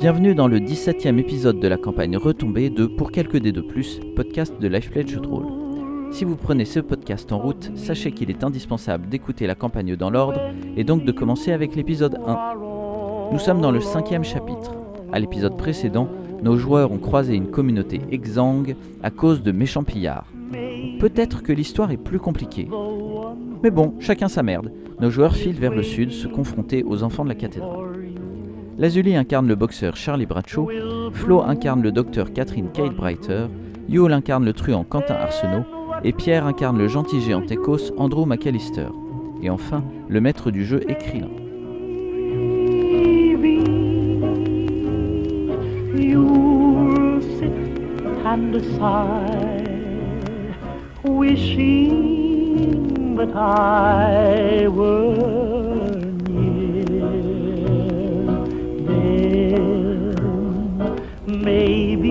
Bienvenue dans le 17e épisode de la campagne retombée de Pour quelques dés de plus, podcast de Lifepledge Jeux de rôle. Si vous prenez ce podcast en route, sachez qu'il est indispensable d'écouter la campagne dans l'ordre et donc de commencer avec l'épisode 1. Nous sommes dans le 5e chapitre. À l'épisode précédent, nos joueurs ont croisé une communauté exsangue à cause de méchants pillards. Peut-être que l'histoire est plus compliquée. Mais bon, chacun sa merde. Nos joueurs filent vers le sud, se confronter aux enfants de la cathédrale. Lazuli incarne le boxeur Charlie Bradshaw, Flo incarne le docteur Catherine Kate Breiter, Yule incarne le truand Quentin Arsenault, et Pierre incarne le gentil géant Écosse Andrew McAllister. Et enfin, le maître du jeu est Krillin. You'll sit and sigh, wishing that I were near. Then maybe.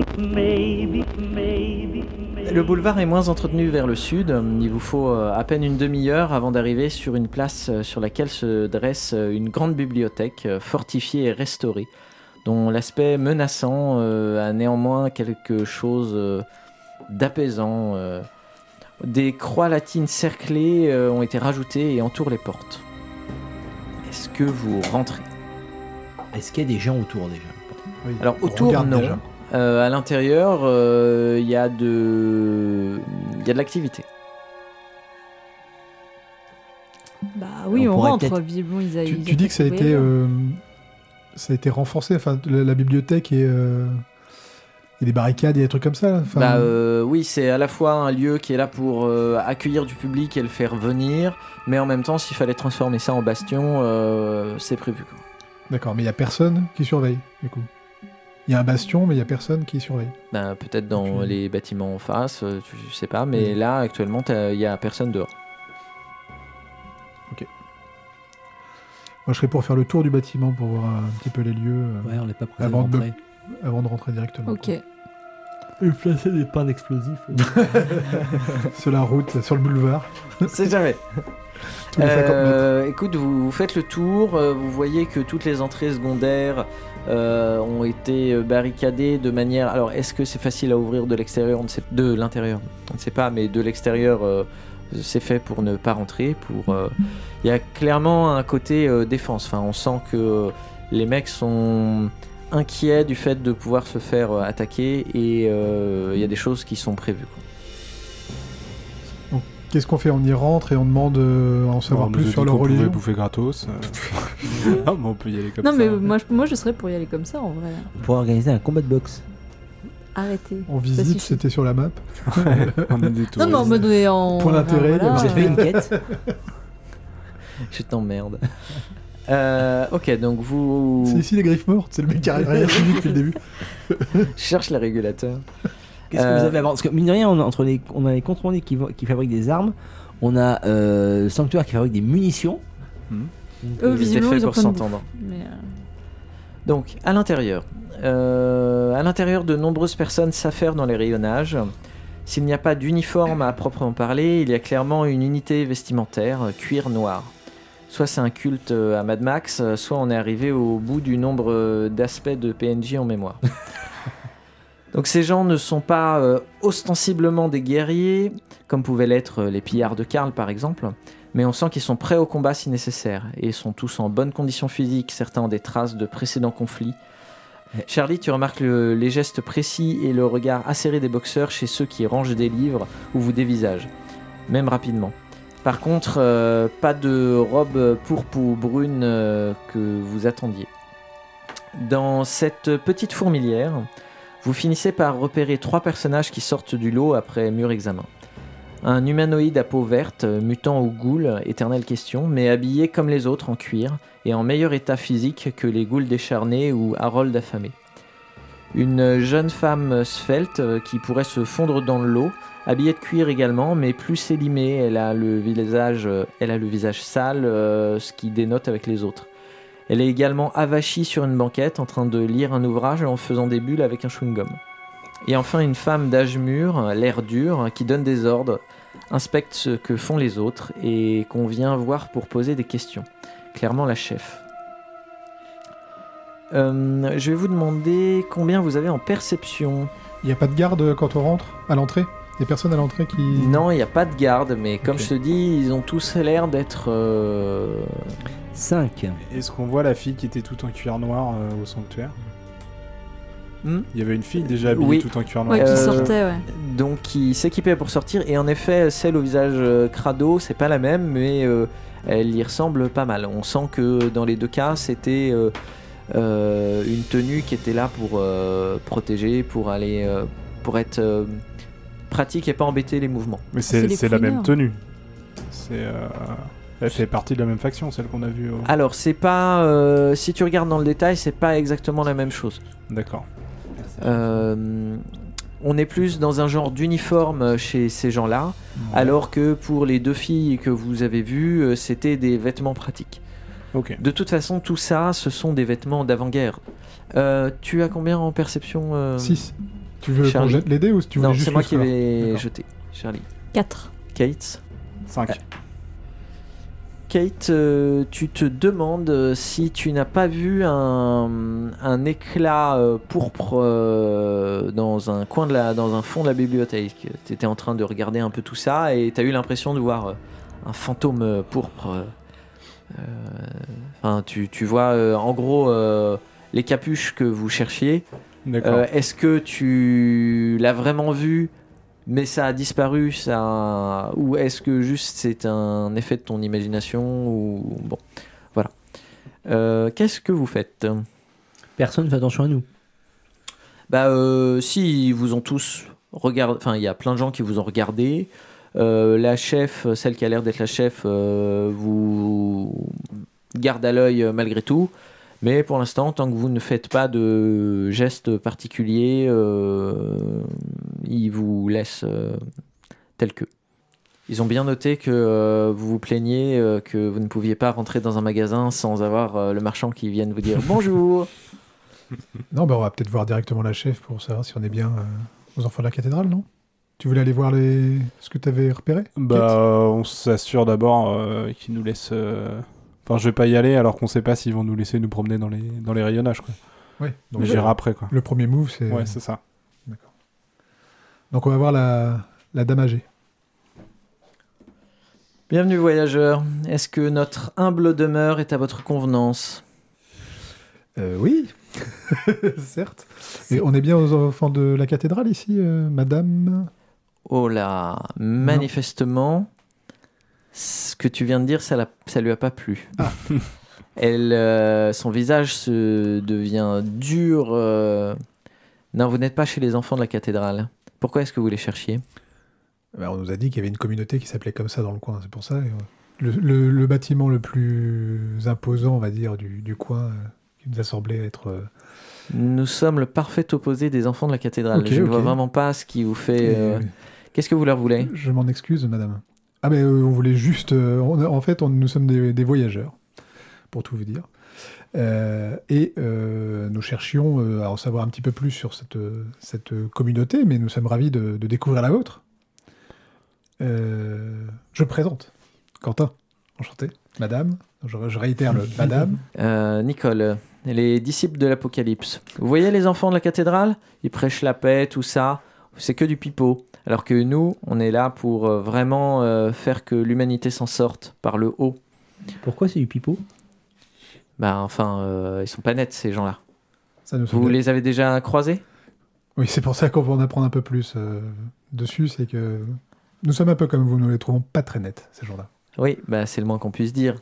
Le boulevard est moins entretenu vers le sud. Il vous faut à peine une demi-heure avant d'arriver sur une place sur laquelle se dresse une grande bibliothèque fortifiée et restaurée, dont l'aspect menaçant a néanmoins quelque chose d'apaisant. Des croix latines cerclées ont été rajoutées et entourent les portes. Est-ce que vous rentrez ? Est-ce qu'il y a des gens autour déjà ? Oui, alors autour, non. Déjà. À l'intérieur, il y a de l'activité. Bah oui, on pourrait rentre. peut-être- Visiblement, Tu dis que ça a été renforcé, enfin la bibliothèque et il y a des barricades et des trucs comme ça là. Enfin, Oui, c'est à la fois un lieu qui est là pour accueillir du public et le faire venir, mais en même temps, s'il fallait transformer ça en bastion, c'est prévu, quoi. D'accord, mais il y a personne qui surveille du coup. Il y a un bastion, mais il y a personne qui surveille. Peut-être dans Ok. les bâtiments en face, tu sais pas, mais Oui. là, actuellement, il y a personne dehors. Moi, je serais pour faire le tour du bâtiment pour voir un petit peu les lieux Ouais, on n'est pas prêt Avant de- rentrer. avant de rentrer directement. Ok. quoi. Et placer des pains d'explosifs. Sur la route, sur le boulevard, C'est jamais. tous les 50 mètres. Écoute, vous faites le tour, vous voyez que toutes les entrées secondaires ont été barricadées de manière... Alors, est-ce que c'est facile à ouvrir de l'extérieur ? De l'intérieur, on ne sait pas, mais de l'extérieur, c'est fait pour ne pas rentrer. Il y a clairement un côté défense. Enfin, on sent que les mecs sont inquiets du fait de pouvoir se faire attaquer et il y a des choses qui sont prévues, quoi. Qu'est-ce qu'on fait ? On y rentre et on demande à en savoir On plus nous a sur dit leur qu'on pouvait religion. bouffer gratos. Non, mais on peut y aller comme Non, ça. mais moi, je serais pour y aller comme ça, en vrai. On pourrait organiser un combat de boxe. Arrêtez. On Ça visite, suffit. c'était sur la map. On est des Non, touristes. mais en mode en... Point d'intérêt, il y a Vous avez fait une quête. Je t'emmerde. Ok, donc vous C'est ici les griffes mortes, c'est le mec qui a rien suivi depuis le début. cherchez les régulateurs. Qu'est-ce que vous avez à voir ? Parce que mine de rien, on a les contrebandiers qui fabriquent des armes. On a le sanctuaire qui fabrique des munitions. Eux, Ils étaient visiblement, faits ils ont pour plein de bouffe. s'entendre. Mais, Donc, à l'intérieur, de nombreuses personnes s'affairent dans les rayonnages. S'il n'y a pas d'uniforme à proprement parler, il y a clairement une unité vestimentaire, cuir noir. Soit c'est un culte à Mad Max, soit on est arrivé au bout du nombre d'aspects de PNJ en mémoire. Donc ces gens ne sont pas ostensiblement des guerriers, comme pouvaient l'être les pillards de Karl par exemple, mais on sent qu'ils sont prêts au combat si nécessaire, et sont tous en bonne condition physique, certains ont des traces de précédents conflits. Charlie, tu remarques les gestes précis et le regard acéré des boxeurs chez ceux qui rangent des livres ou vous dévisagent, même rapidement. Par contre, pas de robe pourpre ou brune que vous attendiez. Dans cette petite fourmilière, vous finissez par repérer 3 personnages qui sortent du lot après mûr examen. Un humanoïde à peau verte, mutant ou ghoul, éternelle question, mais habillé comme les autres en cuir et en meilleur état physique que les ghouls décharnés ou Harold affamé. Une jeune femme svelte qui pourrait se fondre dans le lot, habillée de cuir également, mais plus élimée, elle a le visage sale, ce qui dénote avec les autres. Elle est également avachie sur une banquette en train de lire un ouvrage en faisant des bulles avec un chewing-gum. Et enfin une femme d'âge mûr, l'air dur, qui donne des ordres, inspecte ce que font les autres et qu'on vient voir pour poser des questions. Clairement la chef. Je vais vous demander combien vous avez en perception. Il n'y a pas de garde quand on rentre à l'entrée. Des personnes à l'entrée qui. Non, il n'y a pas de garde, mais comme Ok. je te dis, ils ont tous l'air d'être... 5. Est-ce qu'on voit la fille qui était toute en cuir noir au sanctuaire? Hmm. Il y avait une fille déjà habillée Oui. toute en cuir noir. Ouais, qui Euh, sortait, ouais. Donc qui s'équipait pour sortir, et en effet, celle au visage crado, c'est pas la même, mais elle y ressemble pas mal. On sent que dans les deux cas, c'était une tenue qui était là pour protéger, pour aller, pour être pratique et pas embêter les mouvements. Mais C'est les c'est la même fouineurs. tenue. Elle fait partie de la même faction, celle qu'on a vue. Alors c'est pas, si tu regardes dans le détail, c'est pas exactement la même chose. D'accord. On est plus dans un genre d'uniforme chez ces gens-là, alors que pour les deux filles que vous avez vues, c'était des vêtements pratiques. Ok. De toute façon, tout ça, ce sont des vêtements d'avant-guerre. Tu as combien en perception 6. Tu veux qu'on Charlie. jette les dés ou tu veux Non, juste c'est moi le qui score vais D'accord. jeter. Charlie. 4. Kate. 5. Kate, tu te demandes si tu n'as pas vu un éclat pourpre dans un coin dans un fond de la bibliothèque. Tu étais en train de regarder un peu tout ça et tu as eu l'impression de voir un fantôme pourpre. Enfin, tu vois en gros les capuches que vous cherchiez. D'accord. Est-ce que tu l'as vraiment vu mais ça a disparu, ou est-ce que juste c'est un effet de ton imagination ou bon, voilà. Qu'est-ce que vous faites? Personne fait attention à nous. Bah si, ils vous ont tous regardé, enfin il y a plein de gens qui vous ont regardé. La chef, celle qui a l'air d'être la chef, vous garde à l'œil malgré tout. Mais pour l'instant, tant que vous ne faites pas de gestes particuliers, ils vous laissent tel que. Ils ont bien noté que vous vous plaignez que vous ne pouviez pas rentrer dans un magasin sans avoir le marchand qui vienne vous dire bonjour. Non, bah on va peut-être voir directement la chef pour savoir si on est bien aux enfants de la cathédrale, non? Tu voulais aller voir ce que tu avais repéré? Bah, on s'assure d'abord qu'ils nous laissent. Enfin, je vais pas y aller alors qu'on sait pas s'ils vont nous laisser nous promener dans les rayonnages, quoi. Oui. Donc Mais j'irai après, quoi. le premier move, c'est. Ouais, c'est ça. D'accord. Donc on va voir la dame âgée. Bienvenue voyageurs. Est-ce que notre humble demeure est à votre convenance? Oui, certes. Et on est bien aux enfants de la cathédrale ici, madame? Oh là, manifestement, ce que tu viens de dire, ça lui a pas plu. Ah. Son visage se devient dur. Non, vous n'êtes pas chez les enfants de la cathédrale. Pourquoi est-ce que vous les cherchiez? Ben, on nous a dit qu'il y avait une communauté qui s'appelait comme ça dans le coin, c'est pour ça. Le bâtiment le plus imposant, on va dire, du coin, qui nous a semblé être... Nous sommes le parfait opposé des enfants de la cathédrale. Ok, Je ne ok. vois vraiment pas ce qui vous fait... Et- Qu'est-ce que vous leur voulez? Je m'en excuse, madame. Ah mais on voulait juste... en fait, nous sommes des voyageurs, pour tout vous dire. Nous cherchions à en savoir un petit peu plus sur cette communauté, mais nous sommes ravis de découvrir la vôtre. Je présente Quentin, enchanté. Madame, je réitère le madame. Nicole, les disciples de l'Apocalypse. Vous voyez les enfants de la cathédrale? Ils prêchent la paix, tout ça. C'est que du pipeau. Alors que nous, on est là pour vraiment faire que l'humanité s'en sorte par le haut. Pourquoi c'est du pipeau? Bah enfin, ils sont pas nets ces gens-là. Ça nous Vous semble- les avez déjà croisés? Oui, c'est pour ça qu'on va en apprendre un peu plus dessus, c'est que nous sommes un peu comme vous, nous les trouvons pas très nets, ces gens-là. Oui, bah c'est le moins qu'on puisse dire.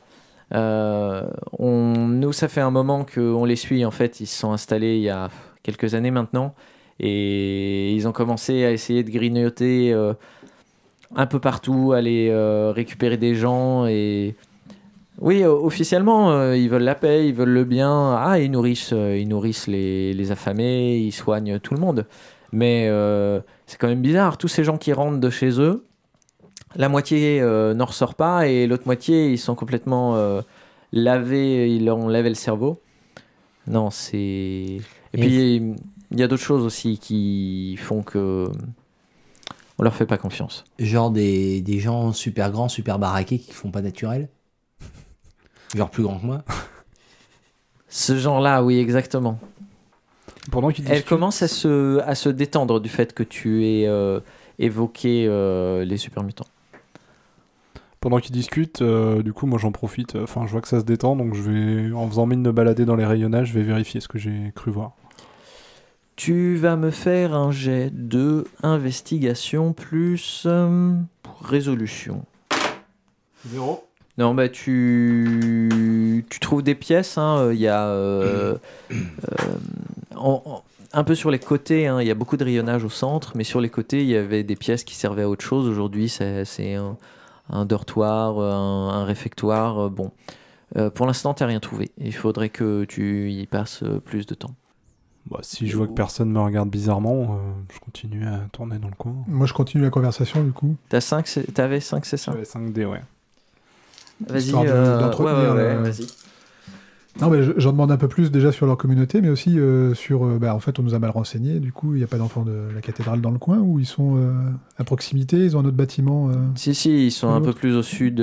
Nous, ça fait un moment qu'on les suit. En fait, ils se sont installés il y a quelques années maintenant. Et ils ont commencé à essayer de grignoter un peu partout, aller récupérer des gens. Et oui, officiellement, ils veulent la paix, ils veulent le bien. Ah, ils nourrissent les affamés, ils soignent tout le monde. Mais c'est quand même bizarre. Tous ces gens qui rentrent de chez eux, la moitié n'en ressort pas et l'autre moitié, ils sont complètement lavés, ils leur ont lavé le cerveau. Non, c'est... Et puis, il y a d'autres choses aussi qui font que on leur fait pas confiance. Genre des gens super grands, super baraqués qui font pas naturel. Genre plus grands que moi. Ce genre-là, oui, exactement. Pendant qu'ils Elle discutent, commence à se détendre du fait que tu aies évoqué les super mutants. Pendant qu'ils discutent, du coup, moi j'en profite. Enfin, je vois que ça se détend, donc je vais, en faisant mine de balader dans les rayonnages, je vais vérifier ce que j'ai cru voir. Tu vas me faire un jet de investigation plus résolution. 0. Non, bah tu trouves des pièces. Il y a un peu sur les côtés. Il y a beaucoup de rayonnage au centre, mais sur les côtés, il y avait des pièces qui servaient à autre chose. Aujourd'hui, c'est un dortoir, un réfectoire. Bon, pour l'instant, t'as rien trouvé. Il faudrait que tu y passes plus de temps. Bah, si je vois que personne me regarde bizarrement, je continue à tourner dans le coin. Moi, je continue la conversation, du coup. T'avais 5, c'est ça? J'avais 5D, ouais. Vas-y, Histoire d'entretenir vas-y. Non, mais j'en demande un peu plus déjà sur leur communauté, mais aussi sur... en fait, on nous a mal renseigné. Du coup, il n'y a pas d'enfants de la cathédrale dans le coin, où ils sont à proximité, ils ont un autre bâtiment. Si, ils sont un peu plus au sud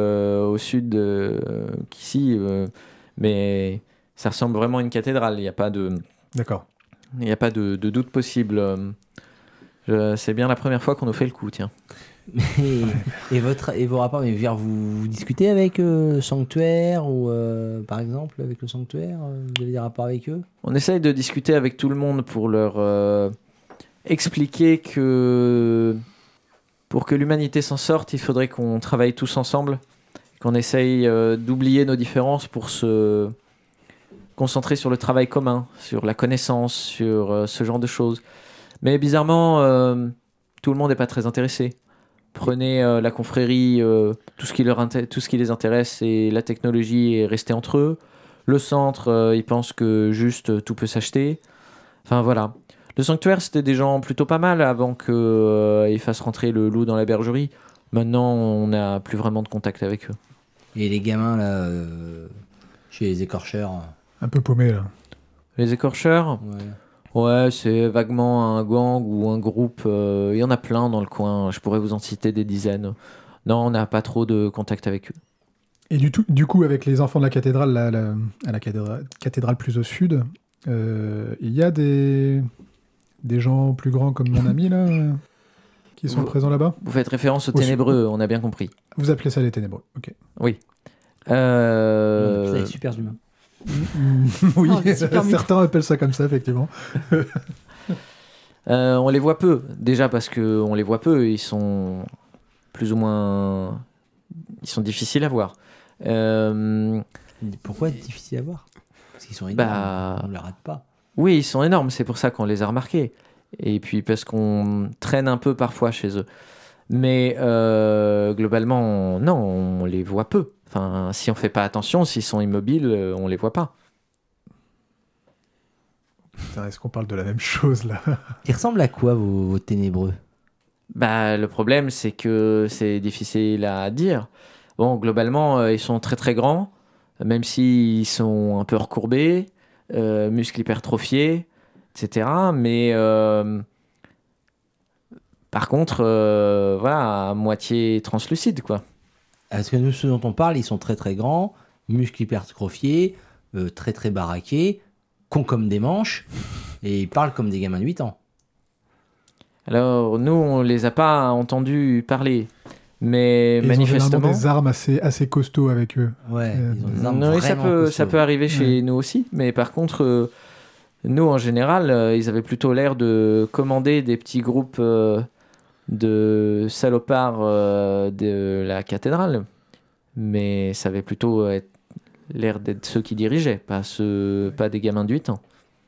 qu'ici, mais ça ressemble vraiment à une cathédrale. Il n'y a pas de... D'accord. Il n'y a pas de doute possible. C'est bien la première fois qu'on nous fait le coup, tiens. Et vos rapports, mais vous discutez avec Sanctuaire ou par exemple avec le Sanctuaire, vous avez des rapports avec eux? On essaye de discuter avec tout le monde pour leur expliquer que pour que l'humanité s'en sorte, il faudrait qu'on travaille tous ensemble, qu'on essaye d'oublier nos différences pour se concentrer sur le travail commun, sur la connaissance, sur ce genre de choses. Mais bizarrement, tout le monde n'est pas très intéressé. Prenez la confrérie, tout ce qui les intéresse, c'est la technologie et rester entre eux. Le centre, ils pensent que juste tout peut s'acheter. Enfin voilà. Le sanctuaire, c'était des gens plutôt pas mal avant qu'ils fassent rentrer le loup dans la bergerie. Maintenant, on n'a plus vraiment de contact avec eux. Et les gamins là, chez les écorcheurs. Un peu paumé, là. Les écorcheurs, Ouais. ouais, c'est vaguement un gang ou un groupe. Il y en a plein dans le coin. Je pourrais vous en citer des dizaines. Non, on n'a pas trop de contact avec eux. Et du coup, avec les enfants de la cathédrale, à la cathédrale plus au sud, il y a des gens plus grands comme mon ami, là, qui sont présents là-bas. Vous faites référence aux Au sud. ténébreux, on a bien compris. Vous appelez ça les ténébreux, ok. Oui. Ça, les super humains. Oui, Oh, les super certains appellent ça comme ça, effectivement. On les voit peu. Déjà parce qu'on les voit peu, ils sont plus ou moins... Ils sont difficiles à voir. Pourquoi difficile à voir? Parce qu'ils sont énormes, on ne les rate pas. Oui, ils sont énormes, c'est pour ça qu'on les a remarqués. Et puis parce qu'on traîne un peu parfois chez eux. Mais globalement, non, on les voit peu. Enfin, si on fait pas attention, s'ils sont immobiles, on les voit pas. Putain, est-ce qu'on parle de la même chose, là? Ils ressemblent à quoi vos ténébreux? Bah, le problème, c'est que c'est difficile à dire. Bon, globalement, ils sont très très grands, même s'ils sont un peu recourbés, muscles hypertrophiés, etc. Mais par contre, voilà, à moitié translucide, quoi. Parce que nous, ceux dont on parle, ils sont très très grands, muscles hypertrophiés, très très baraqués, cons comme des manches, et ils parlent comme des gamins de 8 ans. Alors, nous, on les a pas entendus parler, mais Et ils ont manifestement... généralement des armes assez costauds avec eux. Ouais, ils ont des armes Non, oui, ça vraiment ça costaudes. peut arriver chez nous aussi, mais par contre, nous, en général, ils avaient plutôt l'air de commander des petits groupes de salopards de la cathédrale, mais ça avait plutôt l'air d'être ceux qui dirigeaient, pas des gamins de 8 ans.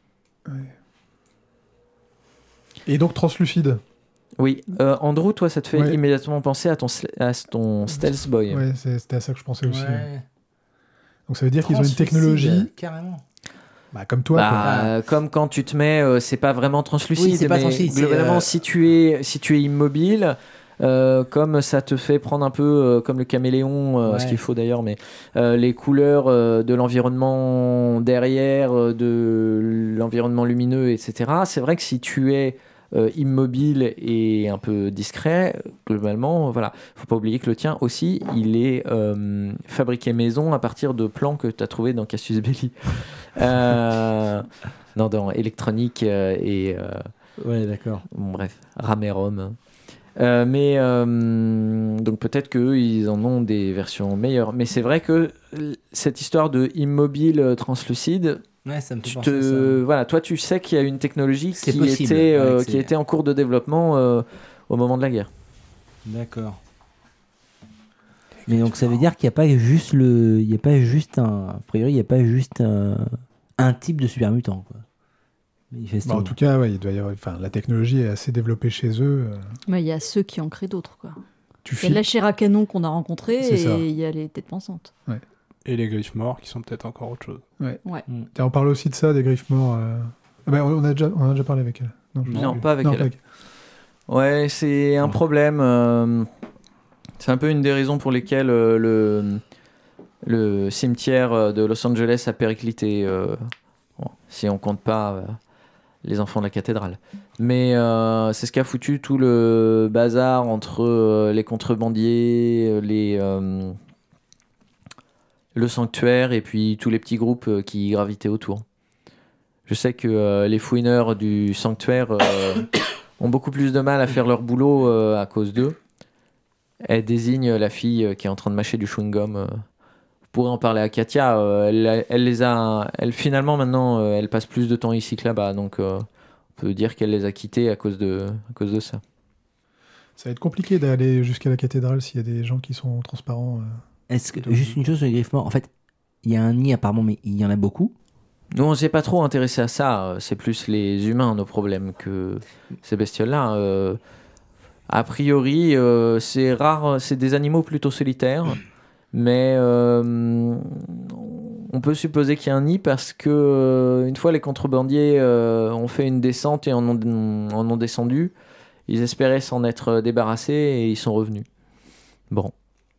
Et donc translucide. Oui, Andrew, toi, ça te fait Ouais. immédiatement penser à ton Stealth Boy. Ouais, c'était à ça que je pensais aussi. Ouais. Donc ça veut dire qu'ils ont une Translucide, technologie, carrément. comme toi. quoi. Bah, comme quand tu te mets, c'est pas vraiment translucide, Oui, c'est pas mais translucide, c'est, globalement, si tu es immobile, comme ça te fait prendre un peu comme le caméléon, Ouais. ce qu'il faut d'ailleurs, mais les couleurs de l'environnement derrière, de l'environnement lumineux, etc. C'est vrai que si tu es immobile et un peu discret, globalement, voilà. Faut pas oublier que le tien aussi, il est fabriqué maison à partir de plans que tu as trouvés dans Cassius Belli. Non, dans électronique et Ouais, d'accord. bon, bref, RAM et ROM. Donc peut-être qu'eux, ils en ont des versions meilleures. Mais c'est vrai que cette histoire de immobile translucide, Ouais, ça me fait penser à ça. voilà, toi tu sais qu'il y a une technologie C'est qui possible, était, ouais, que qui c'est- était en cours de développement au moment de la guerre. D'accord. Mais donc ça veut dire qu'il n'y a pas juste il y a pas juste a priori, il n'y a pas juste un type de super mutant, quoi. Manifestement. En tout cas, ouais, il doit y avoir, enfin, la technologie est assez développée chez eux. Mais il y a ceux qui en créent d'autres, quoi. Tu Il y a files. la chair à canon qu'on a rencontrée C'est ça. et il y a les têtes pensantes. Et les griffes morts qui sont peut-être encore autre chose. On parle aussi de ça, des griffes morts. Ah ben, on a déjà parlé avec elle. Je Non, sais pas avec plus. elle. Ouais, c'est un problème. C'est un peu une des raisons pour lesquelles le cimetière de Los Angeles a périclité. Bon, si on compte pas les enfants de la cathédrale. Mais c'est ce qui a foutu tout le bazar entre les contrebandiers, le sanctuaire et puis tous les petits groupes qui gravitaient autour. Je sais que les fouineurs du sanctuaire ont beaucoup plus de mal à faire leur boulot à cause d'eux. Elle désigne la fille qui est en train de mâcher du chewing-gum. Vous pourrez en parler à Katia. Elle finalement maintenant, elle passe plus de temps ici que là-bas, donc on peut dire qu'elle les a quittés à cause de ça. Ça va être compliqué d'aller jusqu'à la cathédrale s'il y a des gens qui sont transparents. Est-ce que juste une chose sur les griffes morts, en fait, il y a un nid apparemment, mais il y en a beaucoup. Nous, on s'est pas trop intéressé à ça. C'est plus les humains nos problèmes que ces bestioles-là. A priori, c'est rare. C'est des animaux plutôt solitaires, mais on peut supposer qu'il y a un nid parce que une fois les contrebandiers ont fait une descente et en ont descendu, ils espéraient s'en être débarrassés et ils sont revenus. Bon.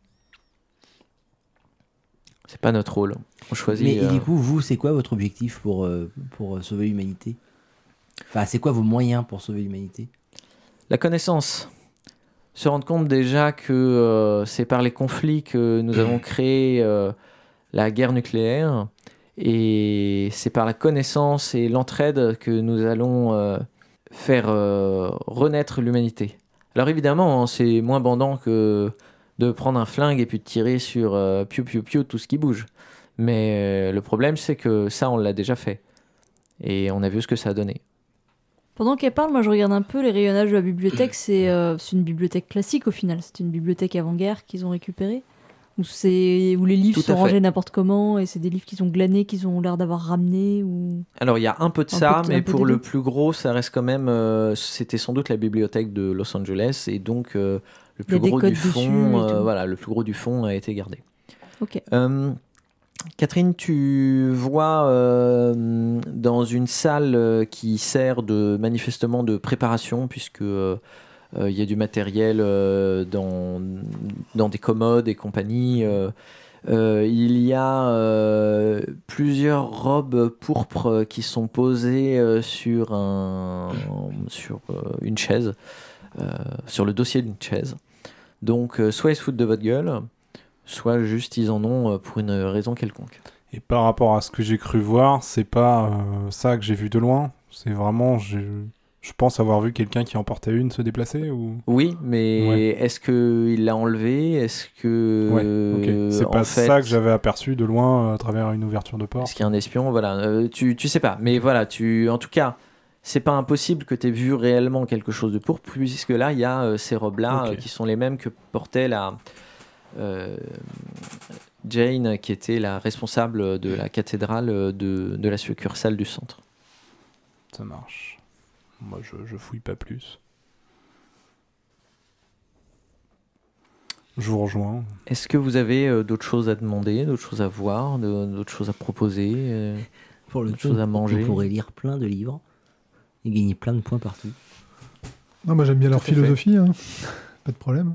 C'est pas notre rôle. On choisit. Mais et du coup, vous, c'est quoi votre objectif pour sauver l'humanité? Enfin, c'est quoi vos moyens pour sauver l'humanité? La connaissance. Se rendre compte déjà que c'est par les conflits que nous avons créé la guerre nucléaire et c'est par la connaissance et l'entraide que nous allons faire renaître l'humanité. Alors évidemment, c'est moins bandant que de prendre un flingue et puis de tirer sur piou piou piou tout ce qui bouge. Mais le problème, c'est que ça, on l'a déjà fait. Et on a vu ce que ça a donné. Pendant qu'elle parle, moi je regarde un peu les rayonnages de la bibliothèque. C'est une bibliothèque classique au final. C'est une bibliothèque avant-guerre qu'ils ont récupérée. Où les livres Tout à sont fait. rangés n'importe comment et c'est des livres qu'ils ont glanés, qu'ils ont l'air d'avoir ramenés. Ou... Alors il y a un peu de Un ça, peu mais des pour le deux. plus gros, ça reste quand même. C'était sans doute la bibliothèque de Los Angeles et donc le Il y a plus des gros codes du dessus fond, et tout. voilà, le plus gros du fond a été gardé. Ok. Catherine, tu vois dans une salle qui sert manifestement de préparation, puisque il y a du matériel dans des commodes et compagnie. Il y a plusieurs robes pourpres qui sont posées sur une chaise, sur le dossier d'une chaise. Donc, soit ils se foutent de votre gueule, soit juste ils en ont pour une raison quelconque. Et par rapport à ce que j'ai cru voir, c'est pas ça que j'ai vu de loin. C'est vraiment, je pense avoir vu quelqu'un qui en portait une se déplacer ou. Oui, mais Ouais. est-ce qu'il l'a enlevé? Est-ce que. Ouais, ok. C'est en pas fait, ça que j'avais aperçu de loin à travers une ouverture de Est-ce porte. qu'il y a un espion? Voilà. Tu sais pas. Mais voilà, en tout cas, c'est pas impossible que tu aies vu réellement quelque chose de pourpre, puisque là, il y a ces robes-là Ok. qui sont les mêmes que portait la. Jane, qui était la responsable de la cathédrale de la succursale du centre. Ça marche. Moi, je fouille pas plus. Je vous rejoins. Est-ce que vous avez d'autres choses à demander, d'autres choses à voir, d'autres choses à proposer Pour le Autre chose à manger. vous pourrez lire plein de livres et gagner plein de points partout. Non, moi j'aime bien leur Tout à fait. philosophie, hein. Pas de problème.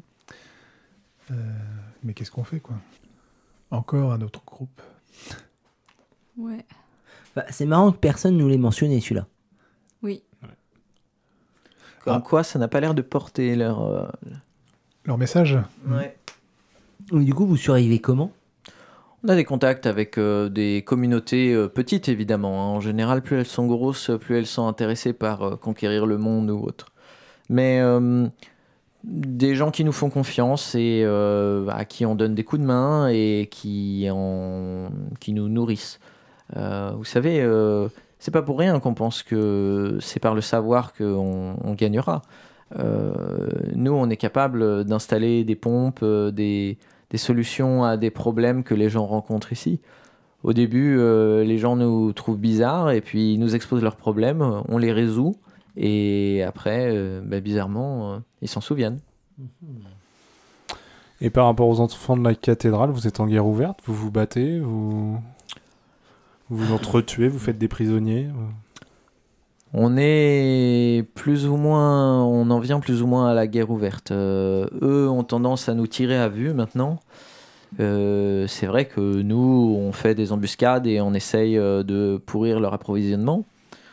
Mais qu'est-ce qu'on fait, quoi? Encore un autre groupe. Ouais. Bah, c'est marrant que personne nous l'ait mentionné, celui-là. Oui. Comme quoi, ça n'a pas l'air de porter leur. Leur message? Ouais. Donc, du coup, vous survivez comment? On a des contacts avec des communautés petites, évidemment, hein. En général, plus elles sont grosses, plus elles sont intéressées par conquérir le monde ou autre. Mais des gens qui nous font confiance et à qui on donne des coups de main et qui nous nourrissent. Vous savez, c'est pas pour rien qu'on pense que c'est par le savoir qu'on gagnera. Nous, on est capable d'installer des pompes, des solutions à des problèmes que les gens rencontrent ici. Au début, les gens nous trouvent bizarres et puis ils nous exposent leurs problèmes, on les résout et après, bizarrement, ils s'en souviennent. Et par rapport aux enfants de la cathédrale, vous êtes en guerre ouverte? Vous vous battez? Vous vous entretuez? Vous faites des prisonniers? On est plus ou moins, on en vient plus ou moins à la guerre ouverte. Eux ont tendance à nous tirer à vue maintenant. C'est vrai que nous, on fait des embuscades et on essaye de pourrir leur approvisionnement.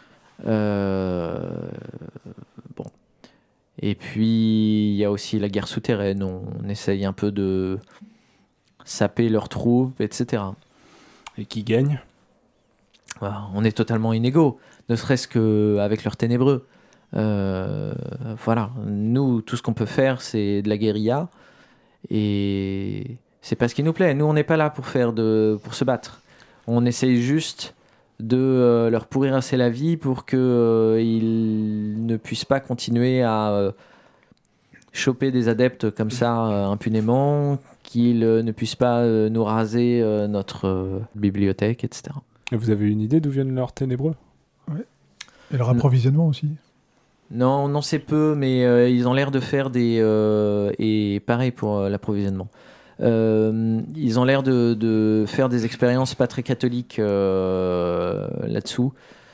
Bon. Et puis, il y a aussi la guerre souterraine. On essaye un peu de saper leurs troupes, etc. Et qui gagne? Voilà, on est totalement inégaux, ne serait-ce qu'avec leurs ténébreux. Voilà, nous, tout ce qu'on peut faire, c'est de la guérilla. Et c'est pas ce qui nous plaît. Nous, on n'est pas là pour se battre. On essaye juste de leur pourrir assez la vie pour qu'ils ne puissent pas continuer à choper des adeptes comme ça impunément, qu'ils ne puissent pas nous raser notre bibliothèque, etc. Et vous avez une idée d'où viennent leurs ténébreux? Et leur approvisionnement aussi. Non, on en sait peu, mais ils ont l'air de faire des... et pareil pour l'approvisionnement. Ils ont l'air de faire des expériences pas très catholiques là-dessous.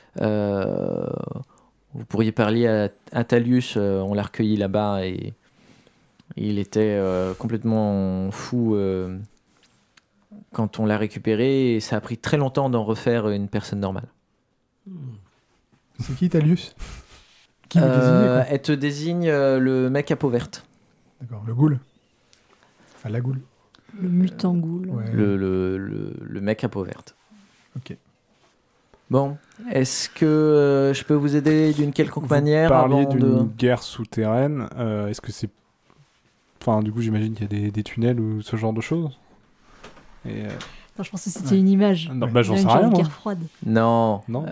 Vous pourriez parler à Talius, on l'a recueilli là-bas et il était complètement fou quand on l'a récupéré et ça a pris très longtemps d'en refaire une personne normale. C'est qui Talius? Qui vous désignez, quoi? Elle te désigne le mec à peau verte. D'accord, le ghoul. Enfin, la ghoul. Le mutant ghoul. Ouais. Le mec à peau verte. Ok. Bon, est-ce que je peux vous aider d'une quelconque manière Vous parliez avant d'une de... guerre souterraine. Est-ce que c'est... Enfin, du coup, j'imagine qu'il y a des tunnels ou ce genre de choses. Et, Non, je pense que c'était une image. non, bah, j'en Une sais genre rien, de moi. guerre froide. Non. Non.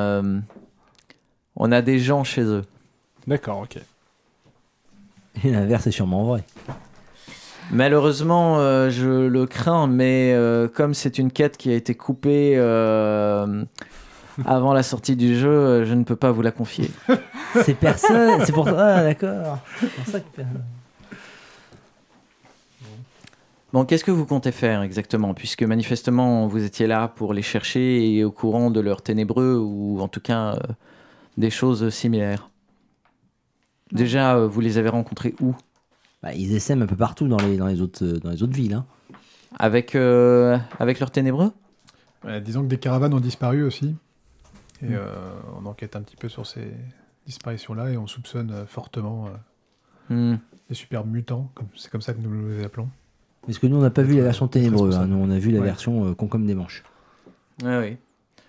On a des gens chez eux. D'accord, ok. Et l'inverse est sûrement vrai. Malheureusement, je le crains, mais comme c'est une quête qui a été coupée avant la sortie du jeu, je ne peux pas vous la confier. C'est personne. C'est pour toi. Ah, d'accord. C'est pour ça que. Bon, qu'est-ce que vous comptez faire exactement? Puisque manifestement, vous étiez là pour les chercher et au courant de leurs ténébreux, ou en tout cas des choses similaires. Déjà, vous les avez rencontrés où? Bah, ils essaiment un peu partout dans les autres villes. Hein. Avec leurs ténébreux? Disons que des caravanes ont disparu aussi. Et on enquête un petit peu sur ces disparitions-là et on soupçonne fortement les super mutants. C'est comme ça que nous les appelons. Parce que nous, on n'a pas vu la version ténébreux. Hein. responsable. Nous, on a vu la Ouais. version con comme des manches. Ah oui.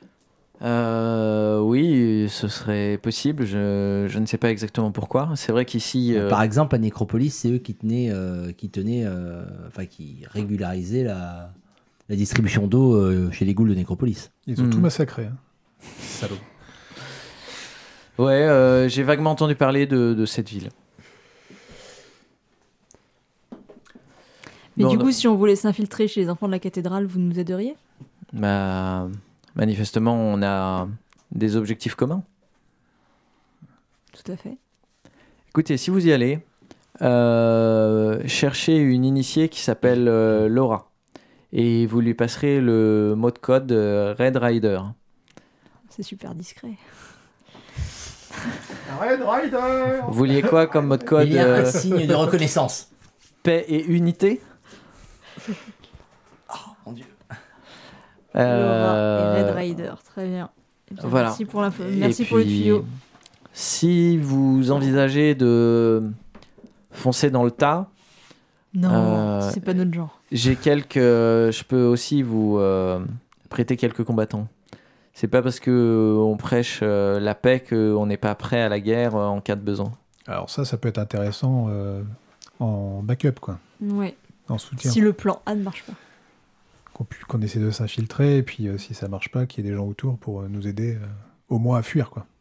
Oui, ce serait possible. Je ne sais pas exactement pourquoi. C'est vrai qu'ici... Par exemple, à Nécropolis, c'est eux qui régularisaient la distribution d'eau chez les ghouls de Nécropolis. Ils ont tout massacré. Hein. Salaud. Ouais, j'ai vaguement entendu parler de cette ville. Mais Bon, du non. coup, si on voulait s'infiltrer chez les enfants de la cathédrale, vous nous aideriez? Bah, manifestement, on a des objectifs communs. Tout à fait. Écoutez, si vous y allez, cherchez une initiée qui s'appelle Laura. Et vous lui passerez le mot de code Red Rider. C'est super discret. Red Rider. Vous vouliez quoi comme mot de code? Il y a un signe de reconnaissance. Paix et unité? Mon Dieu. Laura et Red Rider, très bien. Eh bien, Voilà. Merci pour l'info. Et Merci pour le puis, tuyau. Si vous envisagez de foncer dans le tas, Non, c'est pas notre genre. J'ai je peux aussi vous prêter quelques combattants. C'est pas parce que on prêche la paix qu'on n'est pas prêt à la guerre en cas de besoin. Alors ça peut être intéressant en backup, quoi. Ouais. En soutien. Si le plan A ne marche pas. Qu'on essaie de s'infiltrer, et puis si ça marche pas, qu'il y ait des gens autour pour nous aider au moins à fuir, quoi.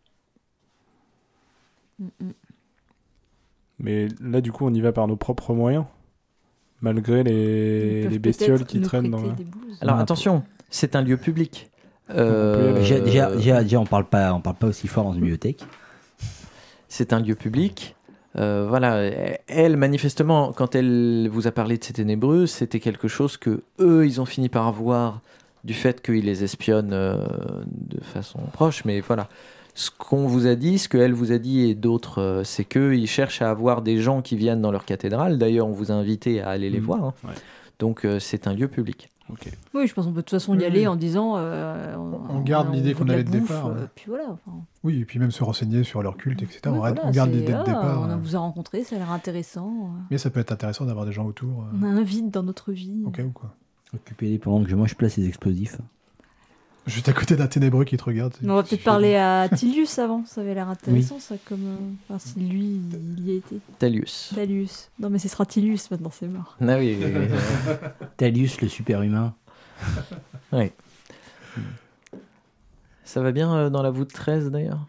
Mais là, du coup, on y va par nos propres moyens, malgré Ils peuvent les bestioles peut-être qui nous traînent dans prêter la... des blouses. Alors Ouais. attention, c'est un lieu public. Déjà, on parle pas aussi fort dans une bibliothèque. C'est un lieu public. Voilà, elle, manifestement, quand elle vous a parlé de ces ténébreux, c'était quelque chose que eux, ils ont fini par voir du fait qu'ils les espionnent de façon proche. Mais voilà, ce qu'on vous a dit, ce qu'elle vous a dit et d'autres, c'est qu'ils cherchent à avoir des gens qui viennent dans leur cathédrale. D'ailleurs, on vous a invité à aller les voir. Hein. Ouais. Donc, c'est un lieu public. Ok. Oui, je pense qu'on peut de toute façon y Oui. aller en disant. On garde l'idée veut qu'on de la avait de bouffe, départ, ouais. Puis voilà. enfin, Oui, et puis même se renseigner sur leur culte, etc. oui, on voilà, garde c'est, l'idée de départ. On vous a rencontré, ça a l'air intéressant. Mais ça peut être intéressant d'avoir des gens autour, On a un vide dans notre vie. au cas où, quoi. Occupez-les pendant que moi je place les explosifs. Juste à côté d'un ténébreux qui te regarde. On va peut-être parler à Tilius avant, ça avait l'air intéressant ça, comme. Enfin, si lui, il y a été. Talius. Talius. Non, mais ce sera Tilius maintenant, c'est mort. Ah oui, oui, oui. Talius, le super-humain. Oui. Ça va bien dans la voûte 13 d'ailleurs.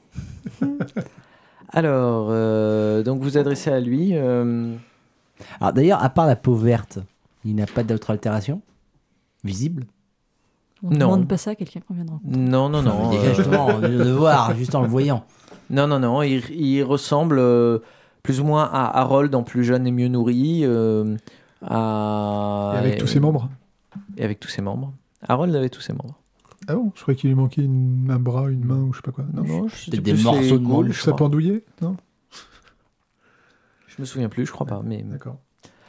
Alors, donc vous adressez à lui. Alors d'ailleurs, à part la peau verte, il n'a pas d'autre altération visible. On ne Non. demande pas ça à quelqu'un qu'on vient de rencontrer. Non, non, non. Déjà, justement, de voir, juste en le voyant. Non, non, non. Il ressemble plus ou moins à Harold en plus jeune et mieux nourri. Et avec tous ses membres. Et avec tous ses membres. Harold avait tous ses membres. Ah bon, je croyais qu'il lui manquait un bras, une main ou je sais pas quoi. Non, c'était des plus morceaux les de gaules, moule, je ça crois. pendouillait. Non. Je me souviens plus, je crois pas. Mais D'accord.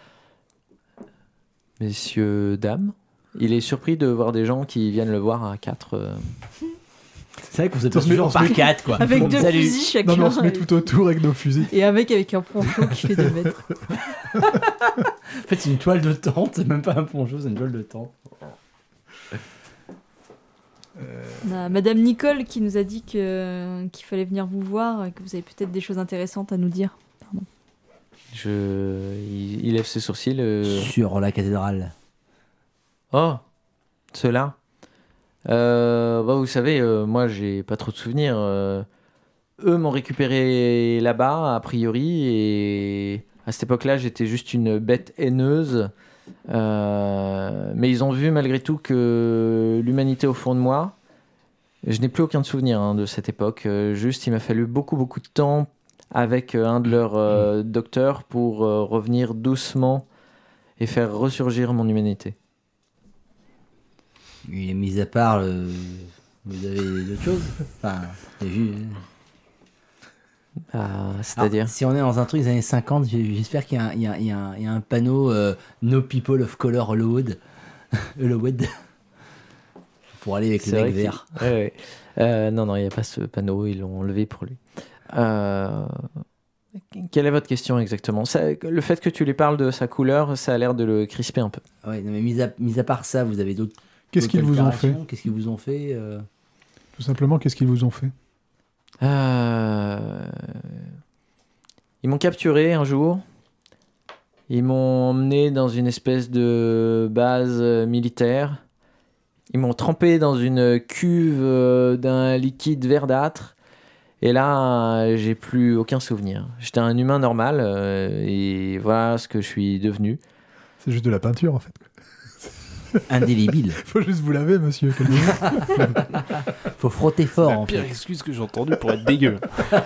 messieurs, dames, il est surpris de voir des gens qui viennent le voir à 4. C'est vrai qu'on se On passe se met- toujours on se par met- 4, quoi. Avec Bon, deux salut. fusils chacun. Non, mais on se met tout autour avec nos fusils. Et avec un poncho qui fait 2 mètres. En fait, c'est une toile de tente, c'est même pas un poncho, c'est une toile de tente. On a Madame Nicole qui nous a dit qu'il fallait venir vous voir et que vous avez peut-être des choses intéressantes à nous dire. Il lève ses sourcils. Sur la cathédrale. Oh, ceux-là. Vous savez, moi, j'ai pas trop de souvenirs. Eux m'ont récupéré là-bas, a priori, et à cette époque-là, j'étais juste une bête haineuse. Mais ils ont vu malgré tout que l'humanité au fond de moi. Je n'ai plus aucun souvenir de cette époque. Juste, il m'a fallu beaucoup, beaucoup de temps avec un de leurs docteurs pour revenir doucement et faire ressurgir mon humanité. Et mis à part, vous avez d'autres choses. Enfin, j'ai vu. C'est-à-dire Alors, si on est dans un truc des années 50, j'espère qu'il y a un panneau No People of Color Allowed. Allowed. Pour aller avec C'est le vrai mec vert. Ouais, ouais. Non, il n'y a pas ce panneau, ils l'ont enlevé pour lui. Quelle est votre question exactement? Le fait que tu lui parles de sa couleur, ça a l'air de le crisper un peu. Ouais, non, mais mis à part ça, vous avez d'autres. Qu'est-ce qu'ils vous ont fait? Qu'est-ce qu'ils vous ont fait Tout simplement, qu'est-ce qu'ils vous ont fait? Ils m'ont capturé un jour. Ils m'ont emmené dans une espèce de base militaire. Ils m'ont trempé dans une cuve d'un liquide verdâtre. Et là, j'ai plus aucun souvenir. J'étais un humain normal et voilà ce que je suis devenu. C'est juste de la peinture, en fait. Indélébile. Faut juste vous laver, monsieur. Faut frotter fort, La en pire fait. excuse que j'ai entendue pour être dégueu.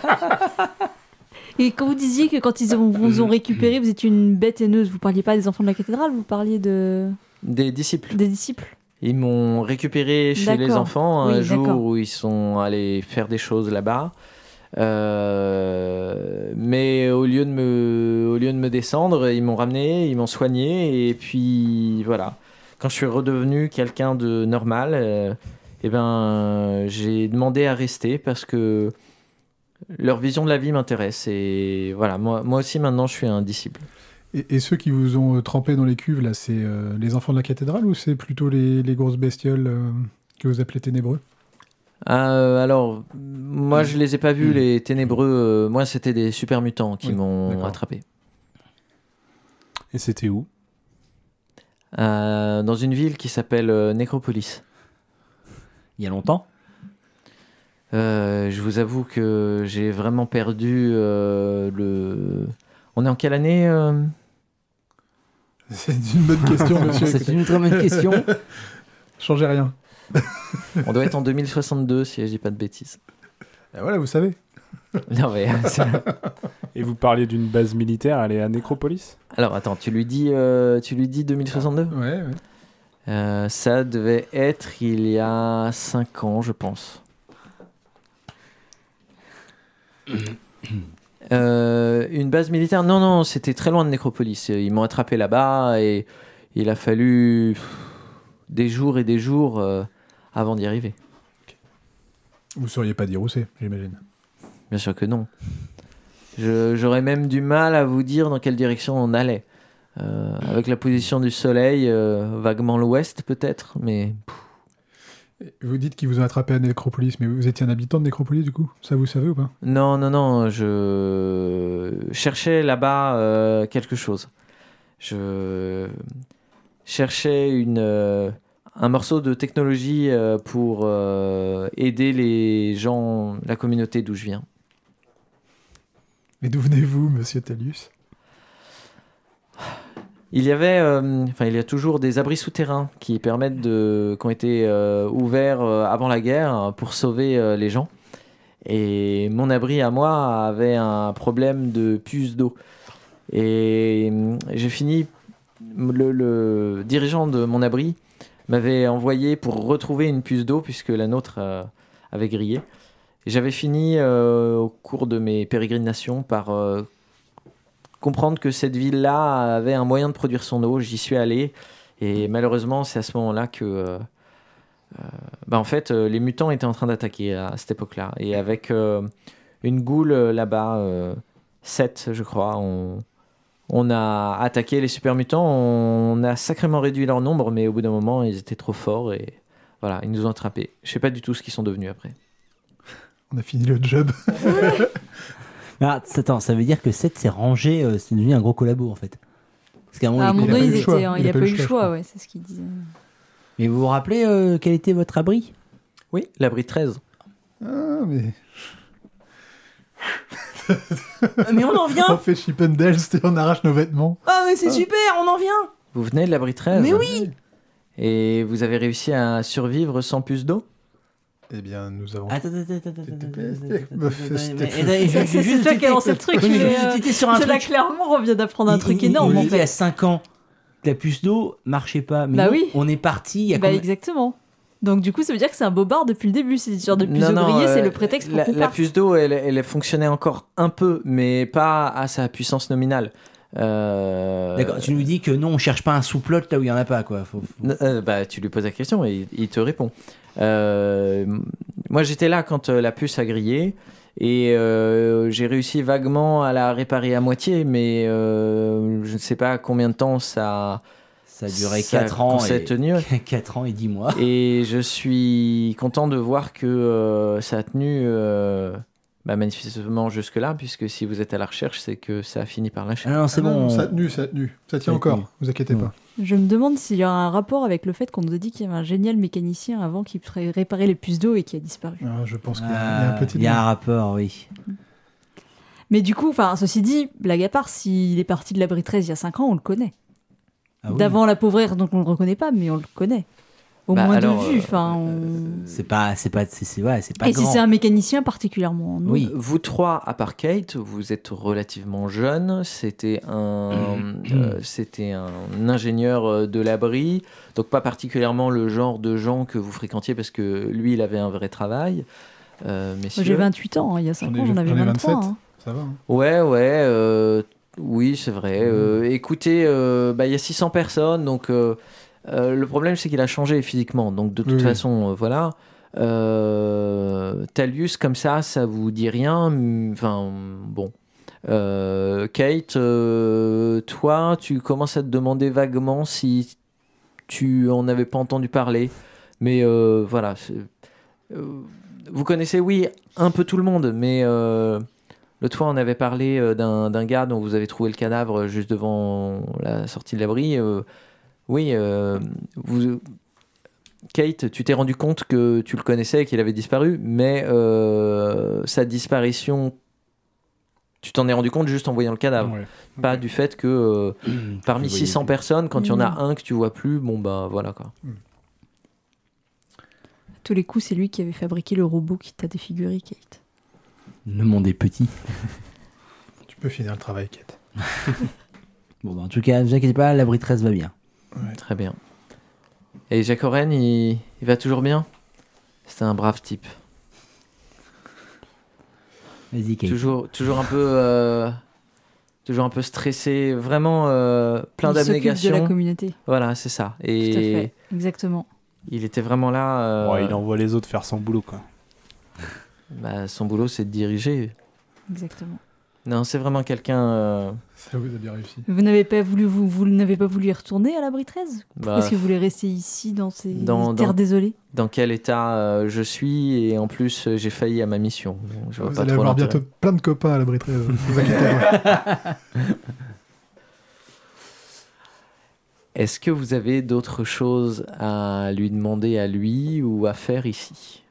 Et quand vous disiez que quand ils vous ont récupéré, vous étiez une bête haineuse, vous parliez pas des enfants de la cathédrale, vous parliez Des disciples. des disciples. Ils m'ont récupéré chez les D'accord. enfants un Oui, jour d'accord. où ils sont allés faire des choses là-bas. Mais au lieu de me descendre, ils m'ont ramené, ils m'ont soigné. Et puis voilà. Quand je suis redevenu quelqu'un de normal, j'ai demandé à rester parce que leur vision de la vie m'intéresse. Et voilà, moi aussi maintenant je suis un disciple. Et ceux qui vous ont trempé dans les cuves, là, c'est les enfants de la cathédrale ou c'est plutôt les grosses bestioles que vous appelez ténébreux? Alors, moi je les ai pas vus, les ténébreux. Moi c'était des super mutants qui Oui, m'ont d'accord. attrapé. Et c'était où? Dans une ville qui s'appelle Nécropolis. Il y a longtemps. Je vous avoue que j'ai vraiment perdu le. On est en quelle année C'est une bonne question, monsieur. C'est une très bonne question. Changez rien. On doit être en 2062 si je dis pas de bêtises. Et voilà, vous savez. Non mais. Et vous parliez d'une base militaire, elle est à Nécropolis? Alors attends, tu lui dis 2062 ? Ouais, ouais. Ça devait être il y a 5 ans, je pense. Une base militaire? Non, c'était très loin de Nécropolis. Ils m'ont attrapé là-bas et il a fallu des jours et des jours avant d'y arriver. Vous sauriez pas dire où c'est, j'imagine. Bien sûr que non. J'aurais même du mal à vous dire dans quelle direction on allait. Avec la position du soleil, vaguement l'ouest peut-être, mais... Vous dites qu'ils vous ont attrapé à Nécropolis, mais vous étiez un habitant de Nécropolis, du coup? Ça, vous savez ou pas? Non, je cherchais là-bas quelque chose. Je cherchais un morceau de technologie pour aider les gens, la communauté d'où je viens. Mais d'où venez-vous, monsieur Tallius? Il y avait, il y a toujours des abris souterrains qui ont été ouverts avant la guerre pour sauver les gens. Et mon abri à moi avait un problème de puce d'eau. Et j'ai fini, le dirigeant de mon abri m'avait envoyé pour retrouver une puce d'eau puisque la nôtre avait grillé. Et j'avais fini au cours de mes pérégrinations par comprendre que cette ville-là avait un moyen de produire son eau. J'y suis allé et malheureusement c'est à ce moment-là que en fait les mutants étaient en train d'attaquer à cette époque-là. Et avec une goule là-bas, 7 je crois, on a attaqué les super mutants, on a sacrément réduit leur nombre, mais au bout d'un moment ils étaient trop forts et voilà, ils nous ont attrapés. Je sais pas du tout ce qu'ils sont devenus après. On a fini le job. Ah, attends, ça veut dire que 7 s'est rangé, c'est devenu un gros collabo en fait. Parce qu'à un moment, À un moment il a donné, pas eu le choix. il a pas eu le choix, ouais, c'est ce qu'il disait. Mais vous vous rappelez quel était votre abri? Oui, l'abri 13. Ah, mais... Mais on en On vient. fait Chip and Dale, on arrache nos vêtements. Ah mais c'est super, on en vient. Vous venez de l'abri 13? Mais oui. Et vous avez réussi à survivre sans puce d'eau? Eh bien, nous avons... Attends. C'est toi qui as lancé le truc. J'étais sur un Là, truc. clairement, on vient d'apprendre un truc énorme, en Il y a fait. 5 ans, la puce d'eau marchait pas. Mais Bah non, oui. on est parti. Il y a Bah, combien- exactement. Donc, du coup, ça veut dire que c'est un bobard depuis le début. Cette histoire de puce Non, grillée, c'est le prétexte pour qu'on la parte. puce d'eau, elle fonctionnait encore un peu, mais pas à sa puissance nominale. D'accord, tu nous dis que non, on cherche pas un sous-plot là où il y en a pas, quoi. Bah, tu lui poses la question et il te répond. Moi, j'étais là quand la puce a grillé et j'ai réussi vaguement à la réparer à moitié, mais je ne sais pas combien de temps ça Ça a duré ça 4 ans. s'est tenu. 4 ans et 10 mois. Et je suis content de voir que ça a tenu manifestement jusque-là, puisque si vous êtes à la recherche, c'est que ça a fini par lâcher. Ah non, c'est Ah non, bon. ça a tenu, ça a tenu. Ça tient a encore, tenu. vous inquiétez pas. Je me demande s'il y a un rapport avec le fait qu'on nous a dit qu'il y avait un génial mécanicien avant qui réparait les puces d'eau et qui a disparu. Ah, je pense qu'il y a un petit... Il y a un rapport, oui. Mais du coup, ceci dit, blague à part, s'il est parti de l'abri 13 il y a 5 ans, on le connaît. Ah oui. D'avant la pauvrère, donc on le reconnaît pas, mais on le connaît. Au moins alors, de vue. C'est pas Et si grand. c'est un mécanicien particulièrement, non. Oui. Vous trois, à part Kate, vous êtes relativement jeunes. C'était un ingénieur de l'abri, donc pas particulièrement le genre de gens que vous fréquentiez parce que lui, il avait un vrai travail. Messieurs. Moi, j'ai 28 ans, il y a 5 ans, j'en avais 23. Hein. Ça va, hein. Ouais, oui, c'est vrai. Écoutez, il y a 600 personnes, donc le problème, c'est qu'il a changé physiquement. Donc, de toute Oui. façon, voilà. Tallius, comme ça vous dit rien. Enfin, bon. Kate, toi, tu commences à te demander vaguement si tu en avais pas entendu parler. Mais voilà. Vous connaissez, oui, un peu tout le monde, mais l'autre fois, on avait parlé d'un gars dont vous avez trouvé le cadavre juste devant la sortie de l'abri. Oui, Kate, tu t'es rendu compte que tu le connaissais et qu'il avait disparu, mais sa disparition, tu t'en es rendu compte juste en voyant le cadavre. Ouais. Pas du fait que parmi voyais 600 plus. personnes, quand il y en a un que tu vois plus, bon bah voilà quoi. À tous les coups, c'est lui qui avait fabriqué le robot qui t'a défiguré, Kate. Le monde est petit. Tu peux finir le travail, Kate. Bon, bah, en tout cas, ne vous inquiétez pas, l'abri 13 va bien. Très bien. Et Jack Oren, il va toujours bien? C'est un brave type. Vas-y, Kate. Toujours un peu stressé, vraiment plein Il s'occupe de d'abnégation. la communauté. Voilà, c'est ça. Tout à Et fait. Exactement. il était vraiment là. Ouais, il envoie les autres faire son boulot, quoi. Bah, son boulot, c'est de diriger. Exactement. Non, c'est vraiment quelqu'un. Ça vous a bien réussi. Vous n'avez pas voulu, vous n'avez pas voulu y retourner à l'abri 13? Bah, Est-ce que vous voulez rester ici dans ces Dans- terres dans- désolées? dans quel état je suis, et en plus, j'ai failli à ma mission. Donc, je vois Vous pas allez trop avoir l'intérêt. bientôt plein de copains à l'abri 13. Vous inquiétez pas. Est-ce que vous avez d'autres choses à lui demander à lui ou à faire ici?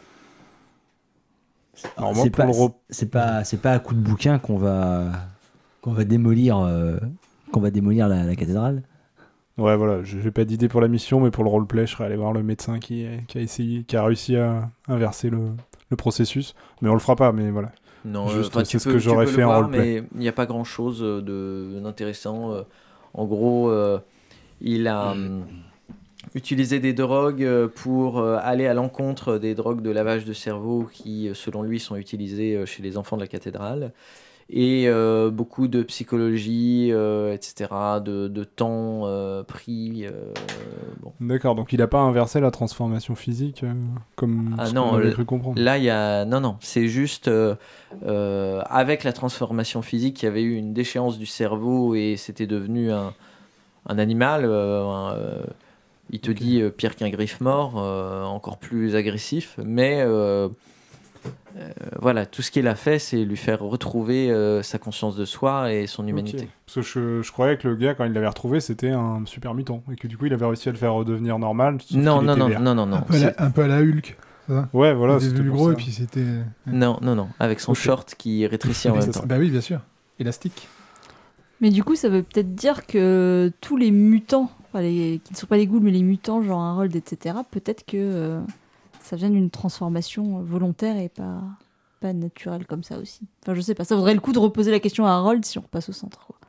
Alors moi, C'est pour pas, le c'est pas à coup de bouquin qu'on va démolir la cathédrale. Ouais, voilà, j'ai pas d'idée pour la mission, mais pour le roleplay, je serais allé voir le médecin qui a réussi à inverser le processus. Mais on le fera pas, mais voilà. Non, Juste, enfin, c'est ce que j'aurais tu peux fait le en voir, roleplay. mais il n'y a pas grand-chose d'intéressant. En gros, il a utilisé des drogues pour aller à l'encontre des drogues de lavage de cerveau qui, selon lui, sont utilisées chez les enfants de la cathédrale. Et beaucoup de psychologie, etc., de temps pris. Bon. D'accord, donc il a pas inversé la transformation physique comme Ah ce non, qu'on avait cru comprendre. Là, il y a... Non, c'est juste avec la transformation physique, il y avait eu une déchéance du cerveau et c'était devenu un animal. Il te dit pire qu'un griffe mort, encore plus agressif. Mais voilà, tout ce qu'il a fait, c'est lui faire retrouver sa conscience de soi et son humanité. Ok. Parce que je croyais que le gars, quand il l'avait retrouvé, c'était un super mutant. Et que du coup, il avait réussi à le faire redevenir normal. sauf Non, qu'il non, était non, vert. non, non, non. Un peu à la Hulk. C'est ça Ouais, voilà, Il est c'était devenu pour gros ça. et puis c'était. Non, non, non, avec son Ok. short qui rétrécit en Oui, même c'est temps. ça. Bah oui, bien sûr. Élastique. Mais du coup, ça veut peut-être dire que tous les mutants, enfin, qui ne sont pas les ghouls, mais les mutants, genre Harold, etc., peut-être que ça vient d'une transformation volontaire et pas naturelle comme ça aussi. Enfin, je sais pas, ça vaudrait le coup de reposer la question à Harold si on repasse au centre, quoi.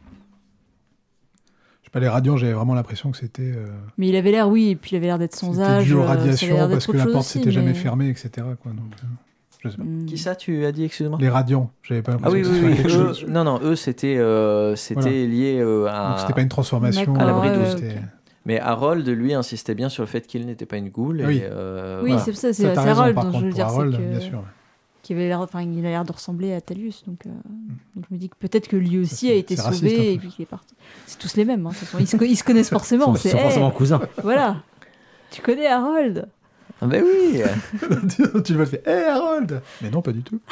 Je sais pas, les radiants, j'avais vraiment l'impression que c'était. Mais il avait l'air, oui, et puis il avait l'air d'être sans C'était âge. dû aux ça avait radiations l'air d'être parce que autre la chose porte aussi, s'était jamais mais- fermée, etc. Quoi, donc, je sais pas. Qui ça, tu as dit, excuse-moi? Les radiants, j'avais pas Ah l'impression oui, que oui, ce oui. soit quelque chose. Non, non, eux, c'était Voilà. lié Donc à... c'était pas une transformation. D'accord, à l'abri de- c'était- ok. Mais Harold, lui, insistait bien sur le fait qu'il n'était pas une ghoule. Oui. Et, Oui, voilà. c'est ça, Ça, c'est t'as raison, Harold par dont je contre, veux pour dire, Harold, c'est que... bien sûr. Qui avait l'air, enfin, il a l'air de ressembler à Talius, donc je me dis que peut-être que lui aussi a été c'est raciste, sauvé un peu. et puis qu'il est parti. C'est tous les mêmes, hein, de toute façon. Ils se connaissent forcément. Ils C'est sont forcément cousins. voilà. Tu connais Harold? Ah ben oui. Tu le vois, tu fais Hé Harold. Mais non, pas du tout.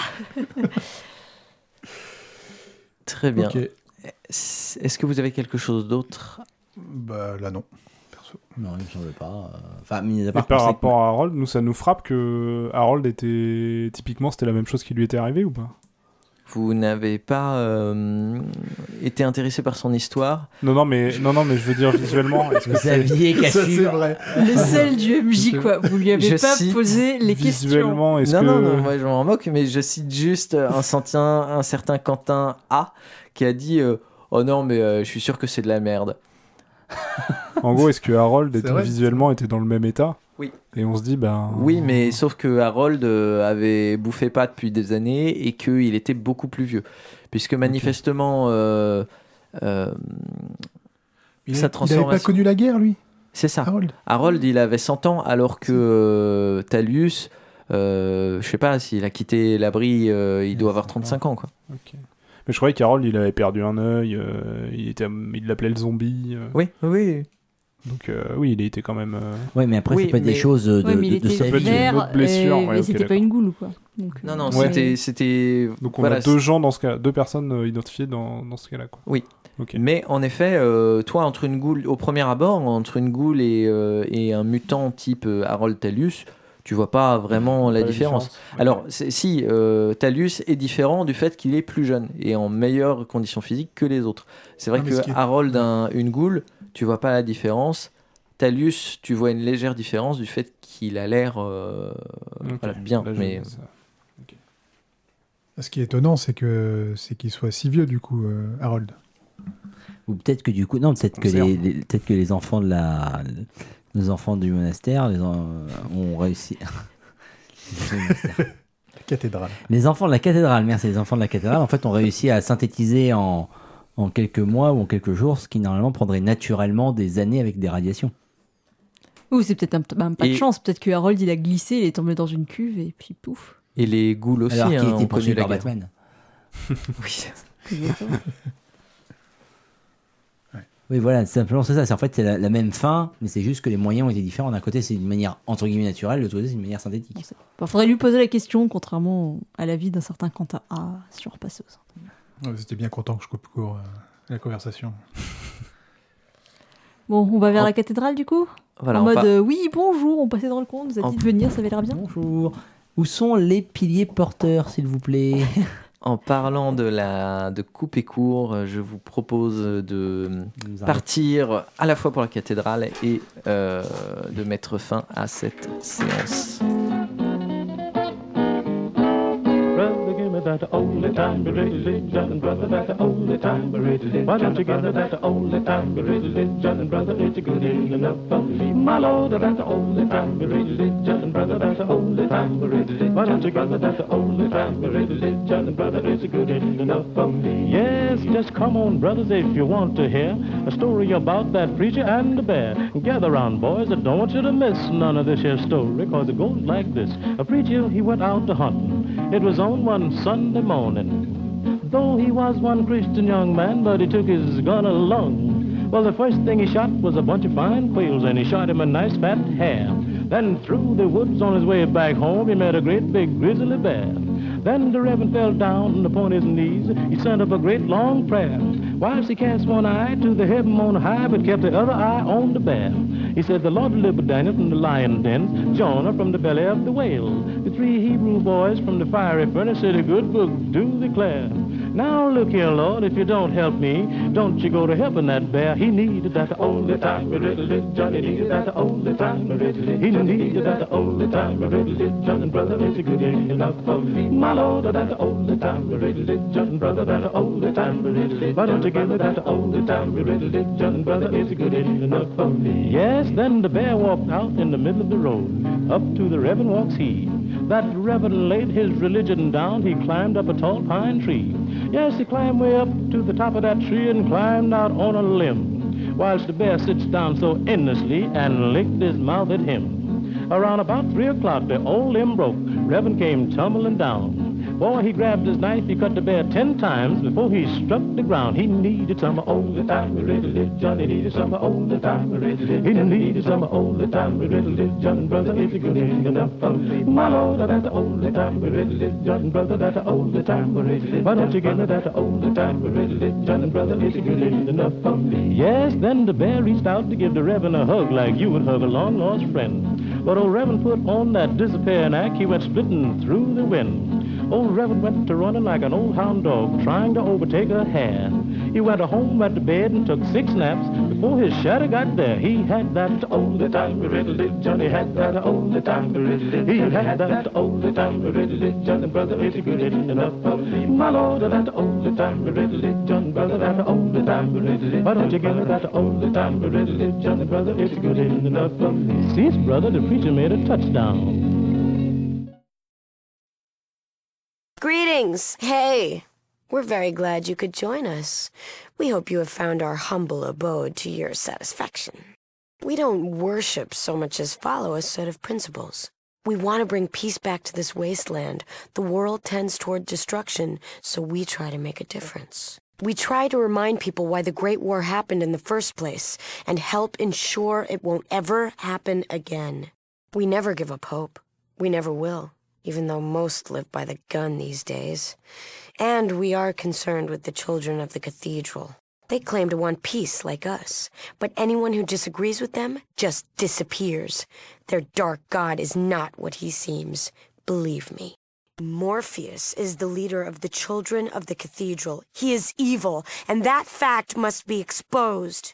Très bien. Ok. Est-ce que vous avez quelque chose d'autre? Bah là, non. Perso. Non, il ne veut pas. Enfin, mis à Et part par qu'on sait rapport à Harold, nous, ça nous frappe que Harold était... Typiquement, c'était la même chose qui lui était arrivé ou pas? Vous n'avez pas été intéressé par son histoire? Non, mais je veux dire visuellement. Est-ce que que vous c'est saviez qu'à Ça, c'est suivre. vrai. Le sel du MJ, quoi. Vous lui avez Je pas cite posé les questions. visuellement, est-ce Non, que... non, non, moi je m'en moque, mais je cite juste un certain Quentin A qui a dit oh non, mais je suis sûr que c'est de la merde. En gros, est-ce que Harold C'est vrai. visuellement était dans le même état? Oui. Et on se dit, ben... Oui, mais sauf que Harold avait bouffé pas depuis des années et qu'il était beaucoup plus vieux. Puisque manifestement, Il Sa il avait pas transformation. connu la guerre, lui, c'est ça. Harold. Harold, il avait 100 ans, alors que Talius, je sais pas, s'il a quitté l'abri, il doit avoir 35 ans, quoi. Ok. Mais je croyais qu'Harold, il avait perdu un œil, il l'appelait le zombie. Oui, oui. Donc oui, il était quand même... Ouais, mais après, Oui, c'est pas des mais- choses de Ouais, mais il de était sa peut vie. être une vert, autre blessure, ouais, mais ok, c'était pas d'accord. une goule, quoi. Donc, Non, ouais. c'était... Donc on voilà, a deux gens dans ce cas, deux personnes identifiées dans ce cas-là, quoi. Oui. Ok. Mais en effet, toi, entre une goule, au premier abord, entre une goule et un mutant type Harold Tallus, tu vois pas vraiment la Pas différence. Ok. Alors, si, Tallus est différent du fait qu'il est plus jeune et en meilleures conditions physiques que les autres. C'est vrai Ah, mais que ce qui est- Harold, une goule, tu vois pas la différence. Tallus, tu vois une légère différence du fait qu'il a l'air Ok. voilà, bien. Là, je- Mais ça- Ce qui est étonnant, c'est qu'il soit si vieux, du coup, Harold. Ou peut-être que du coup, non, peut-être que Observe. peut-être que les enfants nos enfants du monastère ont réussi. La cathédrale. Les enfants de la cathédrale, merci, les enfants de la cathédrale, en fait, ont réussi à synthétiser en quelques mois ou en quelques jours ce qui normalement prendrait naturellement des années avec des radiations. Ou c'est peut-être un pas de Et- chance. Peut-être que Harold, il a glissé, il est tombé dans une cuve et puis pouf. et les ghouls aussi, Alors qu'il hein, était ont connu poursuivi la par guerre. Batman. Oui. Exactement. Oui, voilà, c'est simplement ça. En fait, c'est la même fin, mais c'est juste que les moyens ont été différents. D'un côté, c'est une manière entre guillemets naturelle, de l'autre côté, c'est une manière synthétique. Bon, faudrait lui poser la question, contrairement à l'avis d'un certain Quentin A sur Passeuse. Vous étiez bien content que je coupe court à la conversation. Bon, on va vers En- la cathédrale du coup Voilà, En on mode part- oui, bonjour, on passait dans le compte, vous avez En- dit de venir, ça avait l'air bien. Bonjour. Où sont les piliers porteurs, s'il vous plaît? En parlant de coupe et court, je vous propose de partir à la fois pour la cathédrale et de mettre fin à cette séance. Brother, give me that old time religion, and brother, that old time religion. Why don't you give me that old time religion, and brother, it's good enough for me. My Lord, that old time religion, and brother, that old time religion. Why don't you give me that old time religion, and brother, it's good enough for me. Yes, just come on, brothers, if you want to hear a story about that preacher and the bear. Gather round, boys, I don't want you to miss none of this here story, cause it goes like this. A preacher, he went out to hunting. It was on one Sunday morning. Though he was one Christian young man, but he took his gun along. Well, the first thing he shot was a bunch of fine quails, and he shot him a nice fat hare. Then through the woods on his way back home, he met a great big grizzly bear. Then the Reverend fell down upon his knees. He sent up a great long prayer. Whilst he cast one eye to the heaven on high, but kept the other eye on the bear. He said, the Lord delivered Daniel from the lion dens, Jonah from the belly of the whale. The three Hebrew boys from the fiery furnace said, a good book do declare. Now look here, Lord, if you don't help me, don't you go to helping that bear. He needed that only time religion. He needed that only time religion. He needed that only time religion. And brother, it's good enough for me. My Lord, that only time religion. Brother, that only time religion. Why don't you give me that only time religion? Brother, it's good enough for me. Yes, then the bear walked out in the middle of the road. Up to the Reverend walks he. That Reverend laid his religion down. He climbed up a tall pine tree. Yes, he climbed way up to the top of that tree and climbed out on a limb, whilst the bear sits down so endlessly and licked his mouth at him. Around about 3 o'clock, the old limb broke. Reverend came tumbling down. Boy, he grabbed his knife, he cut the bear 10 times before he struck the ground. He needed some old time religion. He needed some old time religion. He needed some old time religion. Brother, it's good enough for me. My Lord, that's old time religion. Brother, that's old time religion. Why don't you give me that old time religion? Brother, it's good enough for me. Yes, then the bear reached out to give the Reverend a hug like you would hug a long-lost friend. But old Reverend put on that disappearing act. He went splitting through the wind. Old Reverend went to running like an old hound dog, trying to overtake a hare. He went home at the bed and took 6 naps. Before his shadow got there, he had that old time religion. He had that old time religion. He had that old time religion. And brother, it's good enough for me. My Lord, that old time religion. Brother, that old time religion. Why don't you give me that old time religion? And brother, it's good enough for me. See, brother, the preacher made a touchdown. Greetings! Hey! We're very glad you could join us. We hope you have found our humble abode to your satisfaction. We don't worship so much as follow a set of principles. We want to bring peace back to this wasteland. The world tends toward destruction, so we try to make a difference. We try to remind people why the Great War happened in the first place and help ensure it won't ever happen again. We never give up hope. We never will, even though most live by the gun these days. And we are concerned with the children of the cathedral. They claim to want peace like us, but anyone who disagrees with them just disappears. Their dark god is not what he seems, believe me. Morpheus is the leader of the children of the cathedral. He is evil, and that fact must be exposed.